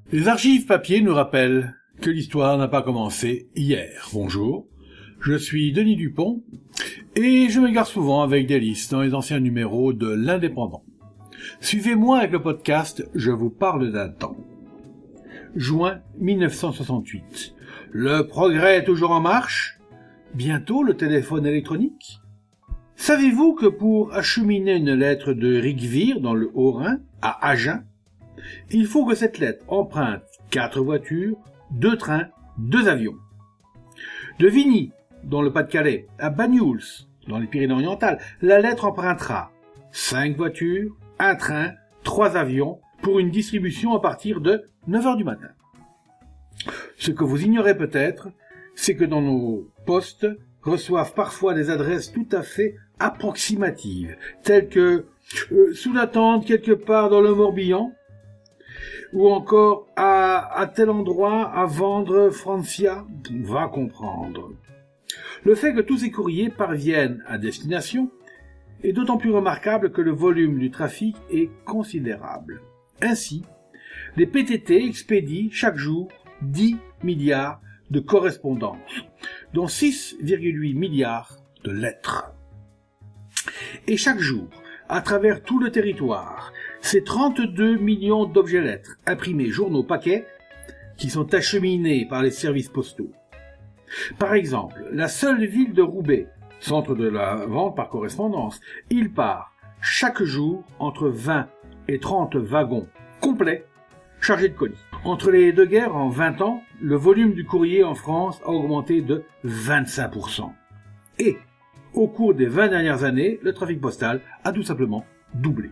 Les archives papier nous rappellent que l'histoire n'a pas commencé hier. Bonjour, je suis Denis Dupont et je m'égare souvent avec délice dans les anciens numéros de l'Indépendant. Suivez-moi avec le podcast Je vous parle d'un temps. Juin 1968. Le progrès est toujours en marche. Bientôt le téléphone électronique. Savez-vous que pour acheminer une lettre de Rigvire dans le Haut-Rhin à Agen, il faut que cette lettre emprunte 4 voitures, 2 trains, 2 avions. De Vigny, dans le Pas-de-Calais, à Banyuls, dans les Pyrénées-Orientales, la lettre empruntera 5 voitures, 1 train, 3 avions pour une distribution à partir de 9h du matin. Ce que vous ignorez peut-être, c'est que dans nos postes reçoivent parfois des adresses tout à fait approximatives, telles que sous la tente quelque part dans le Morbihan, ou encore à tel endroit à vendre Francia, va comprendre. Le fait que tous ces courriers parviennent à destination est d'autant plus remarquable que le volume du trafic est considérable. Ainsi, les PTT expédient chaque jour 10 milliards de correspondances, dont 6,8 milliards de lettres. Et chaque jour, à travers tout le territoire, c'est 32 millions d'objets lettres, imprimés journaux paquets, qui sont acheminés par les services postaux. Par exemple, la seule ville de Roubaix, centre de la vente par correspondance, il part chaque jour entre 20 et 30 wagons complets chargés de colis. Entre les deux guerres, en 20 ans, le volume du courrier en France a augmenté de 25%. Et, au cours des 20 dernières années, le trafic postal a tout simplement doublé.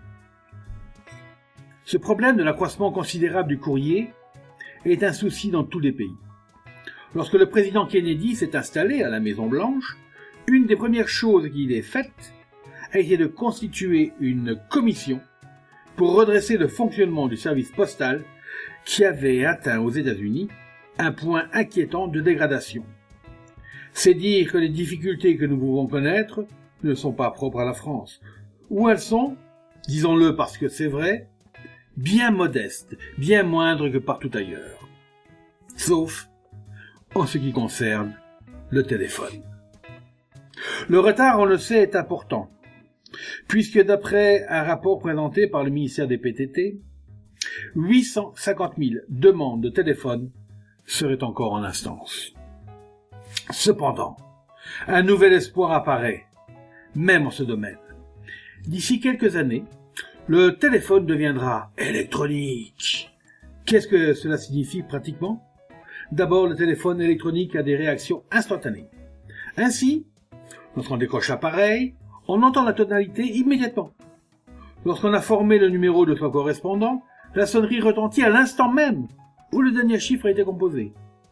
Ce problème de l'accroissement considérable du courrier est un souci dans tous les pays. Lorsque le président Kennedy s'est installé à la Maison-Blanche, une des premières choses qu'il ait faites a été de constituer une commission pour redresser le fonctionnement du service postal qui avait atteint aux États-Unis un point inquiétant de dégradation. C'est dire que les difficultés que nous pouvons connaître ne sont pas propres à la France, ou elles sont, disons-le parce que c'est vrai, bien modestes, bien moindres que partout ailleurs. Sauf en ce qui concerne le téléphone. Le retard, on le sait, est important, puisque d'après un rapport présenté par le ministère des PTT, 850 000 demandes de téléphone seraient encore en instance. Cependant, un nouvel espoir apparaît, même en ce domaine. D'ici quelques années, le téléphone deviendra électronique. Qu'est-ce que cela signifie pratiquement ? D'abord, le téléphone électronique a des réactions instantanées. Ainsi, lorsqu'on décroche l'appareil, on entend la tonalité immédiatement. Lorsqu'on a formé le numéro de son correspondant, la sonnerie retentit à l'instant même où le dernier chiffre a été composé.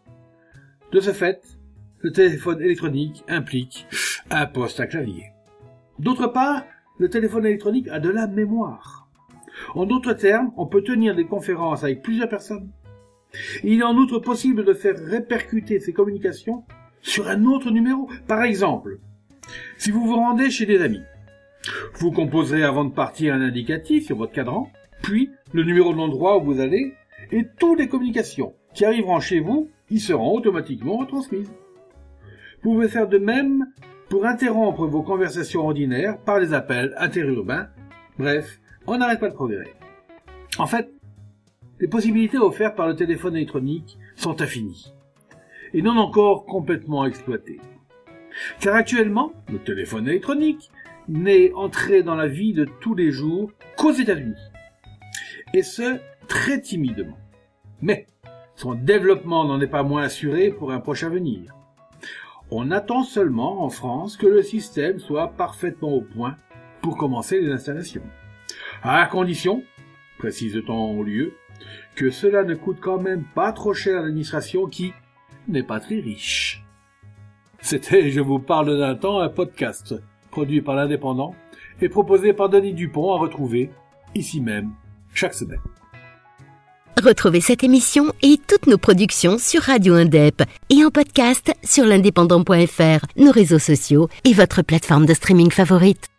De ce fait, le téléphone électronique implique un poste à clavier. D'autre part, le téléphone électronique a de la mémoire. En d'autres termes, on peut tenir des conférences avec plusieurs personnes. Il est en outre possible de faire répercuter ces communications sur un autre numéro. Par exemple, si vous vous rendez chez des amis, vous composerez avant de partir un indicatif sur votre cadran, puis le numéro de l'endroit où vous allez, et toutes les communications qui arriveront chez vous y seront automatiquement retransmises. Vous pouvez faire de même pour interrompre vos conversations ordinaires par les appels interurbains. Bref, on n'arrête pas de progrès. En fait, les possibilités offertes par le téléphone électronique sont infinies et non encore complètement exploitées. Car actuellement, le téléphone électronique n'est entré dans la vie de tous les jours qu'aux États-Unis. Et ce, très timidement. Mais son développement n'en est pas moins assuré pour un proche avenir. On attend seulement en France que le système soit parfaitement au point pour commencer les installations. À condition, précise-t-on au lieu, que cela ne coûte quand même pas trop cher à l'administration qui n'est pas très riche. C'était Je vous parle d'un temps, un podcast produit par l'Indépendant et proposé par Denis Dupont à retrouver ici même chaque semaine. Retrouvez cette émission et toutes nos productions sur Radio Indep et en podcast sur l'indépendant.fr, nos réseaux sociaux et votre plateforme de streaming favorite.